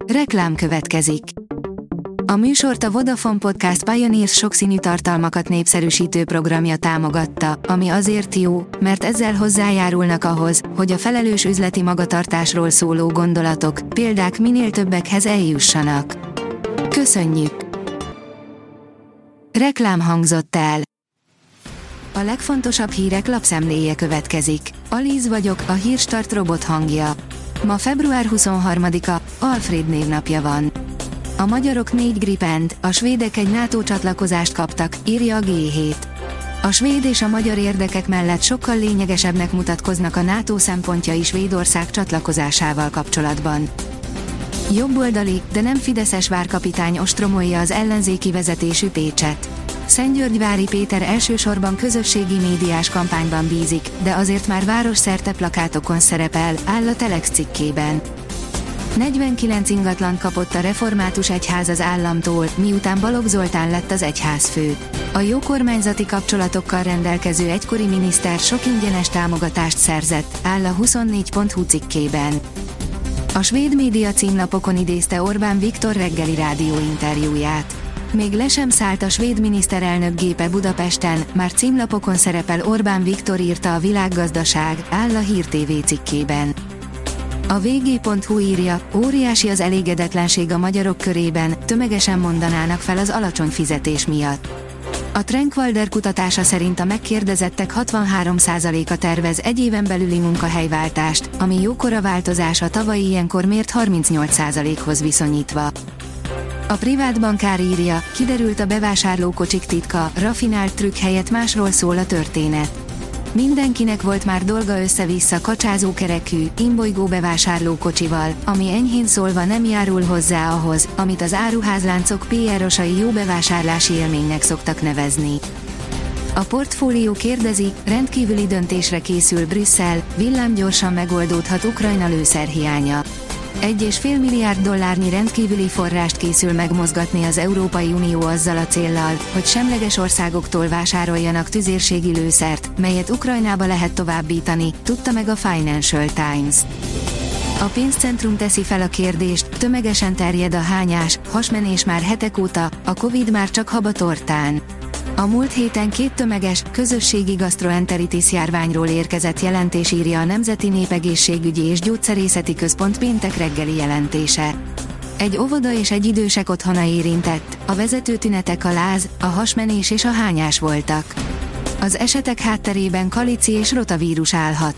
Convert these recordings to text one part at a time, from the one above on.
Reklám következik. A műsort a Vodafone Podcast Pioneers sokszínű tartalmakat népszerűsítő programja támogatta, ami azért jó, mert ezzel hozzájárulnak ahhoz, hogy a felelős üzleti magatartásról szóló gondolatok, példák minél többekhez eljussanak. Köszönjük! Reklám hangzott el. A legfontosabb hírek lapszemléje következik. Alíz vagyok, a Hírstart robot hangja. Ma február 23-a, Alfred névnapja van. A magyarok 4 Gripent, a svédek egy NATO csatlakozást kaptak, írja a G7. A svéd és a magyar érdekek mellett sokkal lényegesebbnek mutatkoznak a NATO szempontjai Svédország csatlakozásával kapcsolatban. Jobboldali, de nem fideszes várkapitány ostromolja az ellenzéki vezetésű Pécset. Szentgyörgyvári Péter elsősorban közösségi médiás kampányban bízik, de azért már városszerte plakátokon szerepel, áll a Telex cikkében. 49 ingatlant kapott a református egyház az államtól, miután Balogh Zoltán lett az egyházfő. A jó kormányzati kapcsolatokkal rendelkező egykori miniszter sok ingyenes támogatást szerzett, áll a 24.hu cikkében. A svéd média címlapokon idézte Orbán Viktor reggeli rádióinterjúját. Még le sem szállt a svéd miniszterelnök gépe Budapesten, már címlapokon szerepel Orbán Viktor, írta a Világgazdaság, áll a Hír TV cikkében. A vg.hu írja, óriási az elégedetlenség a magyarok körében, tömegesen mondanának fel az alacsony fizetés miatt. A Trenkwalder kutatása szerint a megkérdezettek 63%-a tervez egy éven belüli munkahelyváltást, ami jókora változás a tavalyi ilyenkor mért 38%-hoz viszonyítva. A privát bankár írja, kiderült a bevásárlókocsik titka, rafinált trükk helyett másról szól a történet. Mindenkinek volt már dolga össze-vissza kacsázókerekű, imbolygó bevásárlókocsival, ami enyhén szólva nem járul hozzá ahhoz, amit az áruházláncok PR-osai jó bevásárlási élménynek szoktak nevezni. A Portfólió kérdezi, rendkívüli döntésre készül Brüsszel, villámgyorsan megoldódhat Ukrajna lőszerhiánya. $1,5 milliárd rendkívüli forrást készül megmozgatni az Európai Unió azzal a céllal, hogy semleges országoktól vásároljanak tüzérségi lőszert, melyet Ukrajnába lehet továbbítani, tudta meg a Financial Times. A pénzcentrum teszi fel a kérdést, tömegesen terjed a hányás, hasmenés már hetek óta, a Covid már csak hab a tortán. A múlt héten 2 tömeges, közösségi gastroenteritis járványról érkezett jelentés, írja a Nemzeti Népegészségügyi és Gyógyszerészeti Központ péntek reggeli jelentése. Egy óvoda és egy idősek otthona érintett, a vezető tünetek a láz, a hasmenés és a hányás voltak. Az esetek hátterében kalici és rotavírus állhat.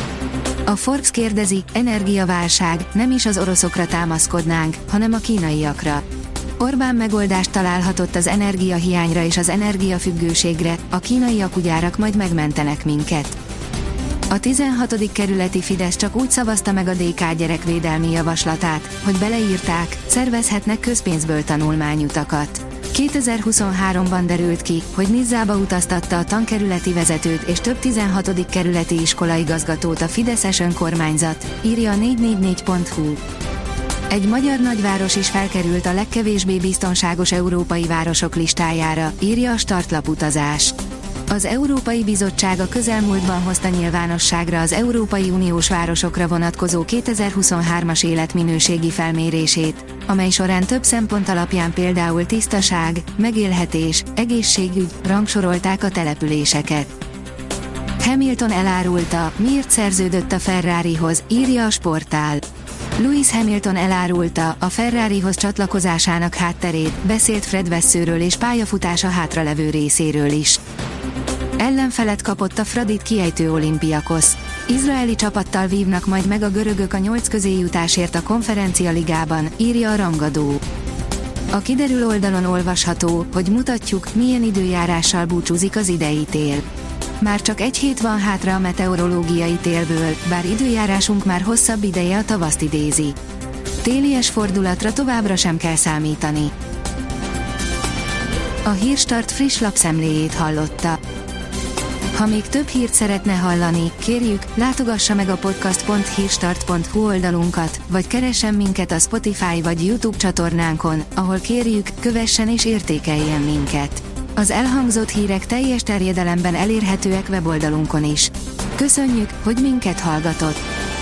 A Forbes kérdezi, energiaválság, nem is az oroszokra támaszkodnánk, hanem a kínaiakra. Orbán megoldást találhatott az energiahiányra és az energiafüggőségre, a kínai akugyárak majd megmentenek minket. A 16. kerületi Fidesz csak úgy szavazta meg a DK gyerekvédelmi javaslatát, hogy beleírták, szervezhetnek közpénzből tanulmányutakat. 2023-ban derült ki, hogy Nizzába utaztatta a tankerületi vezetőt és több 16. kerületi iskolaigazgatót a fideszes önkormányzat, írja a 444.hu. Egy magyar nagyváros is felkerült a legkevésbé biztonságos európai városok listájára, írja a Startlap utazás. Az Európai Bizottság a közelmúltban hozta nyilvánosságra az Európai Uniós városokra vonatkozó 2023-as életminőségi felmérését, amely során több szempont alapján, például tisztaság, megélhetés, egészségügy, rangsorolták a településeket. Hamilton elárulta, miért szerződött a Ferrarihoz, írja a Sportál. Lewis Hamilton elárulta a Ferrarihoz csatlakozásának hátterét, beszélt Fred Vassőről és pályafutása hátralevő részéről is. Ellenfelet kapott a Fradit kiejtő Olympiakos. Izraeli csapattal vívnak majd meg a görögök a 8 közé jutásért a Konferencia Ligában, írja a Rangadó. A Kiderül oldalon olvasható, hogy mutatjuk, milyen időjárással búcsúzik az idei tél. Már csak egy hét van hátra a meteorológiai télből, bár időjárásunk már hosszabb ideje a tavaszt idézi. Télies fordulatra továbbra sem kell számítani. A Hírstart friss lapszemléjét hallotta. Ha még több hírt szeretne hallani, kérjük, látogassa meg a podcast.hírstart.hu oldalunkat, vagy keressen minket a Spotify vagy YouTube csatornánkon, ahol kérjük, kövessen és értékeljen minket. Az elhangzott hírek teljes terjedelemben elérhetőek weboldalunkon is. Köszönjük, hogy minket hallgatott!